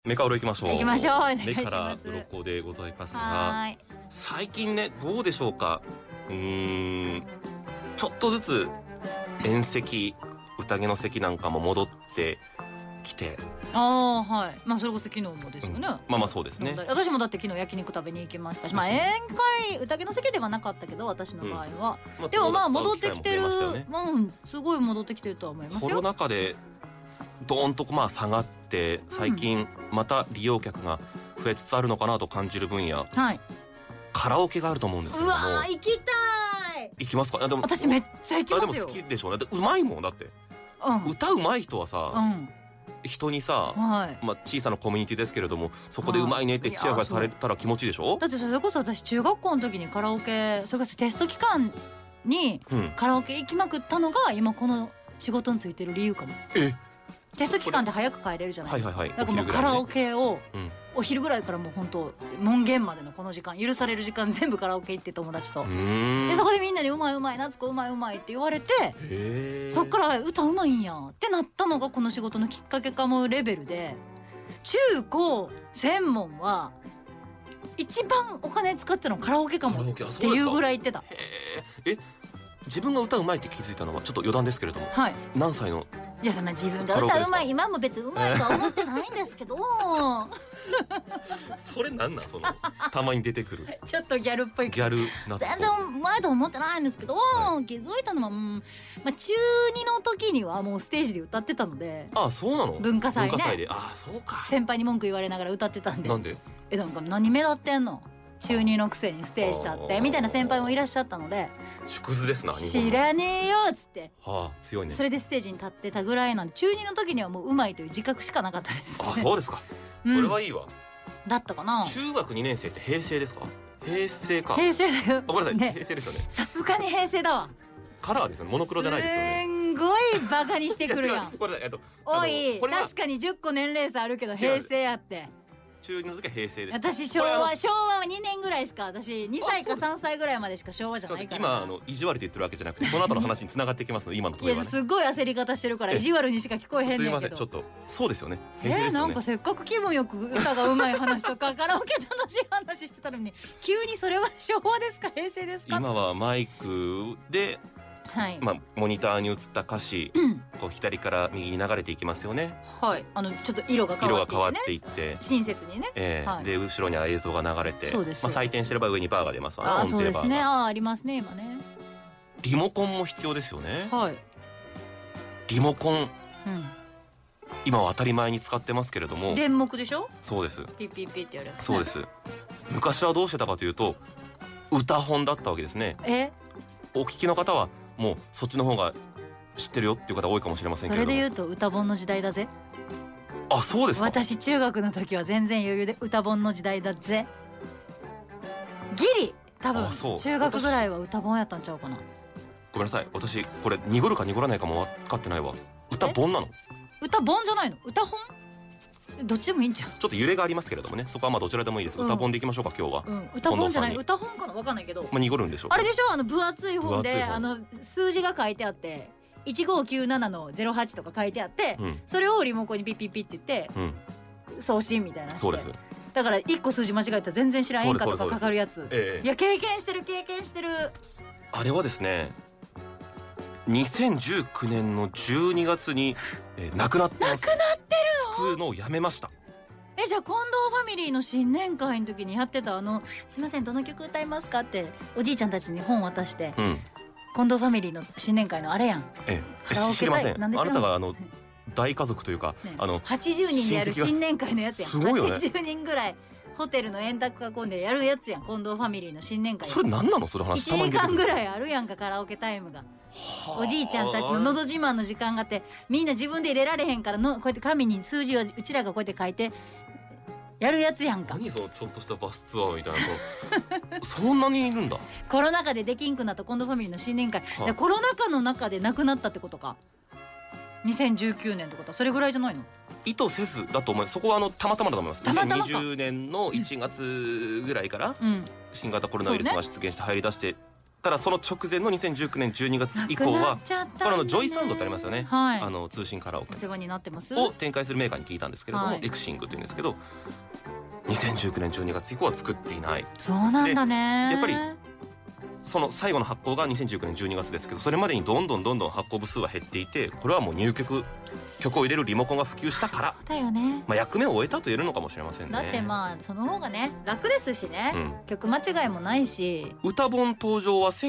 メカウロ行きましょう。 行きましょう。お願いします。 目から鱗でございますが、 はい。 最近ねどうでしょうか。ちょっとずつ宴席、宴の席なんかも戻ってきて、 ああ、はい。まあそれこそ昨日もですよね。 まあまあそうですね。 私もだって昨日焼肉食べに行きましたし、まあ宴会宴の席ではなかったけど私の場合は、でもまあ戻ってきてる、すごい戻ってきてるとは思いますよ。 コロナ禍でドーンとまあ下がって最近また利用客が増えつつあるのかなと感じる分野、 はい、 カラオケがあると思うんですけうども。 わー行きたい。 行きますか。でも私めっちゃ行きますよ。 でも好きでしょうね。うまいもんだって、歌うまい人はさ、人にさ、まあ小さなコミュニティですけれども、そこでうまいねってチヤホヤされたら気持ちいいでしょ。 だってそれこそ私中学校の時にカラオケ、それこそテスト期間にカラオケ行きまくったのが今この仕事についてる理由かも。テスト期間で早く帰れるじゃないですか。だからもうカラオケをお昼ぐらいからもう本当門限までのこの時間、許される時間全部カラオケ行って友達と、でそこでみんなにうまいうまい夏子うまいうまいって言われて、そっから歌うまいんやってなったのがこの仕事のきっかけかもレベルで、中高専門は一番お金使ってるのカラオケかもっていうぐらい言ってた。 自分が歌うまいって気づいたのはちょっと余談ですけれども、何歳の。 いや、そんな自分が歌うまい、今も別にうまいとは思ってないんですけどそれなんなん、そのたまに出てくるちょっとギャルっぽい、 ギャル全然うまいとは思ってないんですけど、気づいたのは、まあ、中2の時にはもうステージで歌ってたので。 あ、そうなの。 文化祭ね。 あ、そうか。 先輩に文句言われながら歌ってたんで。 なんで。 なんか何目立ってんの、中2のくせにステージ立ってみたいな先輩もいらっしゃったので、 縮図ですな。 知らねえよっつって、 強いね。 それでステージに立ってたぐらいなんで、中2の時にはもううまいという自覚しかなかったですね。 あ、そうですか。それはいいわ。 だったかな。 中学2年生って平成ですか。平成か。 平成だよ。 ごめんなさい、平成ですよね。 さすがに平成だわ。 カラーですよね、モノクロじゃないですよね。 すんごいバカにしてくるやん。おい、確かに10個年齢差あるけど平成やって。 中2の時は平成です。 私昭和は2年ぐらいしか、私2歳か3歳ぐらいまでしか昭和じゃないから。 今意地悪って言ってるわけじゃなくて、この後の話に繋がってきますので、今のところはね。 いや、すごい焦り方してるから意地悪にしか聞こえへんねんけど。 すいません、ちょっとそうですよね。平成ですよね。 なんかせっかく気分よく歌がうまい話とかカラオケ楽しい話してたのに、急にそれは昭和ですか平成ですか。 今はマイクで、モニターに映った歌詞、こう左から右に流れていきますよね。 はい、ちょっと色が変わっていって親切にね。 で後ろには映像が流れて、採点してれば上にバーが出ますわね。 そうですね。ありますね今ね。 リモコンも必要ですよね。リモコン、今は当たり前に使ってますけれども。 電目でしょ。 そうです。 ピッピッピッってやるやつ。 そうです。昔はどうしてたかというと歌本だったわけですね。お聞きの方はもうそっちの方が知ってるよっていう方多いかもしれませんけれども。 それで言うと歌本の時代だぜ。 あ、そうですか。 私中学の時は全然余裕で歌本の時代だぜ。ギリ多分中学ぐらいは歌本やったんちゃうかな。 ごめんなさい、私これ濁るか濁らないかも分かってないわ。歌本なの。 歌本じゃないの、歌本。どっちでもいいんじゃん。 ちょっと揺れがありますけれどもね、そこはまあどちらでもいいです。歌本でいきましょうか今日は。 歌本じゃない、歌本かな、分かんないけど。 濁るんでしょう。 あれでしょ、分厚い本で数字が書いてあって、1597の08とか書いてあって、それをリモコンにピッピッピッって言って送信みたいなして。そうです。だから1個数字間違えたら全然知らん演歌とかかかるやつ。いや、経験してる。 あれはですね、2019年の12月に亡くなってます。 亡くなってるの。 作るのをやめました。 じゃあ近藤ファミリーの新年会の時にやってたすいませんどの曲歌いますかっておじいちゃんたちに本渡して、近藤ファミリーの新年会のあれやん。カラオケ会。 あなたが大家族というか、 80人でやる新年会のやつやん。80人ぐらいホテルの円卓囲んでやるやつやん、近藤ファミリーの新年会。 それ何なの、その話。 1時間ぐらいあるやんか、カラオケタイムが。おじいちゃんたちののど自慢の時間があって、みんな自分で入れられへんからこうやって紙に数字をうちらがこうやって書いてやるやつやんか。 何そのちょっとしたバスツアーみたいなそんなにいるんだ。 コロナ禍でできんくなった近藤ファミリーの新年会、コロナ禍の中で亡くなったってことか。2019年ってことはそれぐらいじゃないの。 意図せずだと思います。そこはたまたまだと思います。2020年の1月ぐらいから新型コロナウイルスが出現して入り出してただその直前の2019年12月以降はこれジョイサウンドってありますよね、 はい、 通信カラオケお世話になってますを展開するメーカーに聞いたんですけれども、 はい、 エクシングというんですけど2019年12月以降は作っていない。 そうなんだね。 やっぱりその最後の発行が2019年12月ですけど、それまでにどんどん発行部数は減っていて、これはもう曲を入れるリモコンが普及したから、 だよね、 役目を終えたと言えるのかもしれませんね。 だってその方がね楽ですしね、曲間違いもないし。 歌本登場は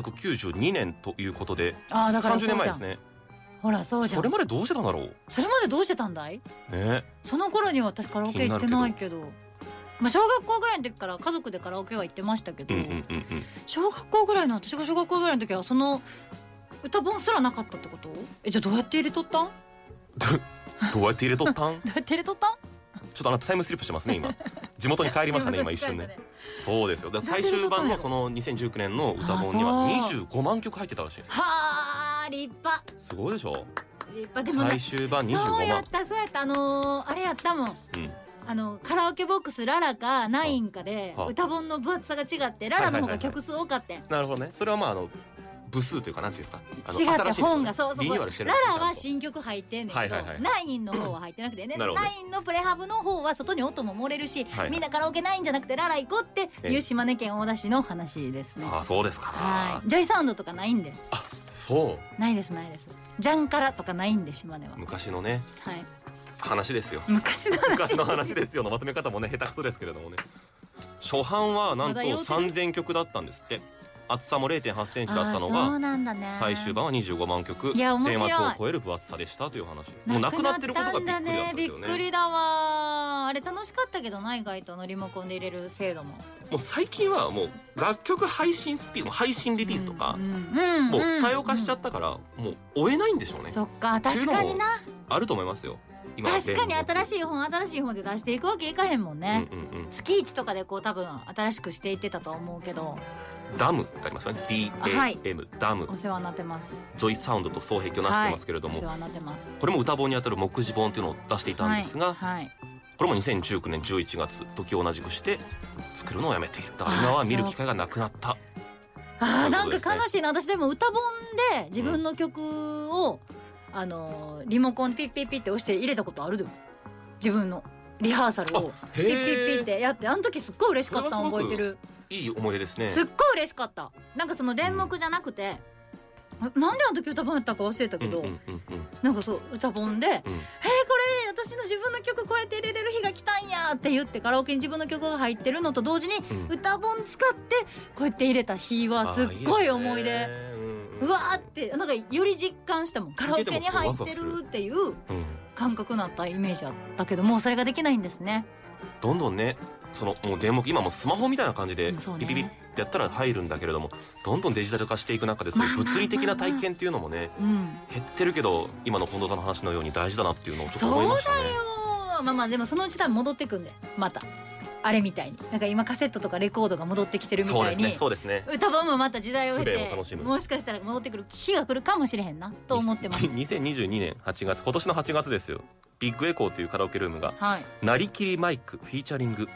1992年ということで、 だから 30年前ですね。 ほらそうじゃん。 それまでどうしてたんだろう。 それまでどうしてたんだいね。 その頃には私カラオケ行ってないけど、小学校ぐらいの時から家族でカラオケは行ってましたけど、小学校ぐらいの私が小学校ぐらいの時はその歌本すらなかったってこと？じゃあどうやって入れとったん？ どうやって入れとったん？ どうやって入れとったん？ ちょっとタイムスリップしてますね今。地元に帰りましたね今一瞬ね。そうですよ。最終版のその2019年の歌本には25万曲入ってたらしいです。 はあ立派。すごいでしょ。 立派でも最終版25万。 そうやったあれやったもん。カラオケボックスララかナインかで歌本の分厚さが違って、ララの方が曲数多かった。 なるほどね。それは部数というかなんていうんですか、 違って本がそうリニューアルしてる。 ララは新曲入ってんねんけど、ナインの方は入ってなくてね、ナインのプレハブの方は外に音も漏れるし、みんなカラオケナインじゃなくてララ行こうっていう島根県大田市の話ですね。 あ、そうですか。 ジョイサウンドとかないんで。 あ、そうないですないです。ジャンカラとかないんで島根は。 昔のね、 はい、 話ですよ。 昔の話ですよのまとめ方もね下手くそですけれどもね。初版はなんと3000曲だったんですって。厚さも 0.8 センチだったのが最終版は25万曲、電話帳を超える分厚さでしたという話です。もうなくなってることがびっくりなんですよね。 びっくりだわ。あれ楽しかったけどな、意外とリモコンで入れる制度も。 もう最近はもう楽曲配信スピード、配信リリースとかもう多様化しちゃったからもう追えないんでしょうね。 そっか、確かにな、 あると思いますよ。 確かに新しい本で出していくわけいかへんもんね。月1とかで多分新しくしていってたと思うけど。 ダムってありますよね。 DAM、ダム。 お世話になってます。 ジョイサウンドと双璧をなしてますけれども、 お世話になってます。 これも歌本にあたる目次本っていうのを出していたんですが、これも2019年11月時を同じくして作るのをやめている。だから今は見る機会がなくなった。 なんか悲しいな。私でも歌本で自分の曲をリモコンピッピッピって押して入れたことあるでも。自分のリハーサルをピッピッピってやって、あの時すっごい嬉しかったの覚えてる。いい思い出ですね。 すっごい嬉しかった。なんかその電目じゃなくて、なんであの時歌本やったか忘れたけど、なんかそう歌本で、これ私の自分の曲こうやって入れれる日が来たんやって言って、カラオケに自分の曲が入ってるのと同時に歌本使ってこうやって入れた日はすっごい思い出。うわーってなんかより実感したもん。カラオケに入ってるっていう感覚になったイメージあったけど、もうそれができないんですね。 どんどんね、もう電目今もスマホみたいな感じでピピピってやったら入るんだけれども、どんどんデジタル化していく中でそういう物理的な体験っていうのもね減ってるけど、今の近藤さんの話のように大事だなっていうのをちょっと思いましたね。 そうだよ。でもそのうち多分戻ってくんで、またあれみたいになんか今カセットとかレコードが戻ってきてるみたいに、 そうですね。 歌本もまた時代を経てもしかしたら戻ってくる日が来るかもしれへんなと思ってます。 2022年8月、今年の8月ですよ。ビッグエコーというカラオケルームが、なりきりマイクフィーチャリング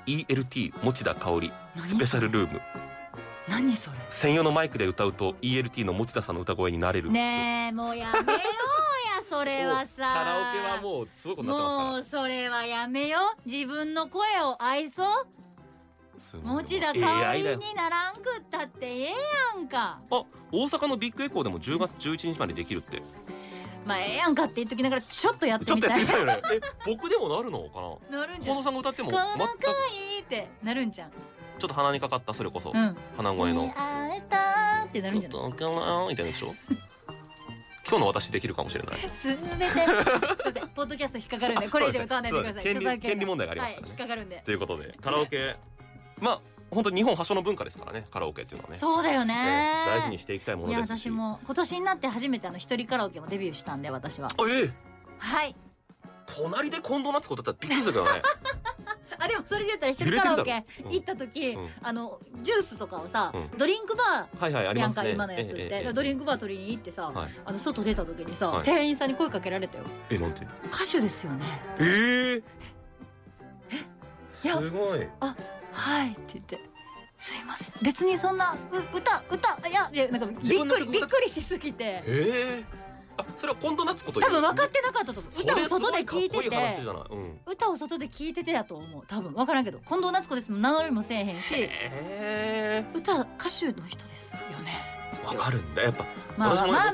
ELT 持田香織スペシャルルーム。 何それ。 専用のマイクで歌うと ELT の持田さんの歌声になれる。 ねえもうやめようやそれはさ。 カラオケはもうすごくなってますから。 もうそれはやめよう。自分の声を愛そう。持田香織にならんくったってええやんか。 大阪のビッグエコーでも10月11日までできるって。 ええやんかって言っときながらちょっとやってみたい。 僕でもなるのかな。 なるんじゃん。 近藤さんが歌ってもこの恋ってなるんじゃん。 ちょっと鼻にかかった、それこそ鼻声の会えたってなるんじゃない。 みたいなでしょ。今日の私できるかもしれない。 すべてポッドキャスト引っかかるんでこれ以上歌わないでください。 権利問題がありますからね。 引っかかるんで。 ということでカラオケ本当に日本発祥の文化ですからね、カラオケっていうのはね。 そうだよね。 大事にしていきたいものですし。 私も今年になって初めて一人カラオケもデビューしたんで、私は。はい。 隣で近藤夏子だったらびっくりするけどね。 でもそれで言ったら一人カラオケ行った時、ジュースとかをさ、ドリンクバーやんか今のやつって、ドリンクバー取りに行ってさ、外出た時にさ、店員さんに声かけられたよ。 なんて。 歌手ですよね。 すごい。 はいって言って、 すいません別にそんな歌いやなんかびっくりしすぎてあそれは近藤夏子と多分分かってなかったと思う。歌を外で聞いてて歌を外で聞いててだと思う。多分分からんけど近藤夏子ですもん名乗りもせえへんし歌手の人ですよね。 分かるんだやっぱ。 まあ分かるわ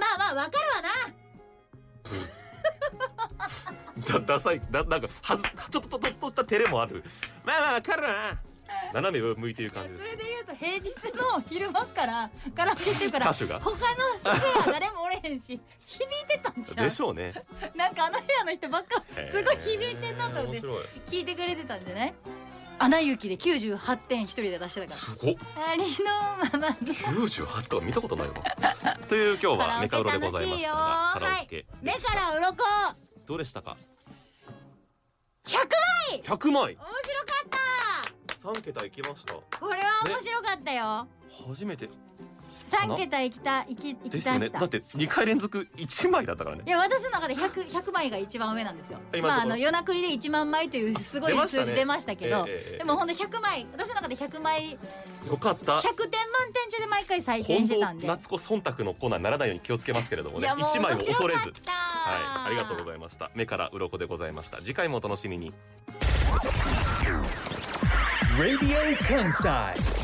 なダサいなんかちょっとした照れもある。まあ分かるわな斜め向いている感じです。 それで言うと平日の昼間からカラオケしてるから歌手が他の世代は誰もおれへんし響いてたんじゃんでしょうね。 なんか部屋の人ばっかすごい響いてんなと思って聞いてくれてたんじゃない？アナ雪で98点一人で出してたからすごっ。 ありのままの 98とか見たことないわという今日はメカウロでございましたがカラオケ目から鱗どうでしたか ？100枚 100枚面白かった 3桁いきました。 これは面白かったよ。 初めて 3桁いきたですよね。だって2回連続1枚だったからね。 いや私の中で100枚が一番上なんですよ。まあ夜なくりで1万枚というすごい数字出ましたけどでもほんと100枚私の中で100枚よかった。 100点満点中で毎回採点してたんで近藤夏子忖度のコーナーにならないように気をつけますけれどもね1枚を恐れずはいありがとうございました。目から鱗でございました。次回もお楽しみに。Radio Kansai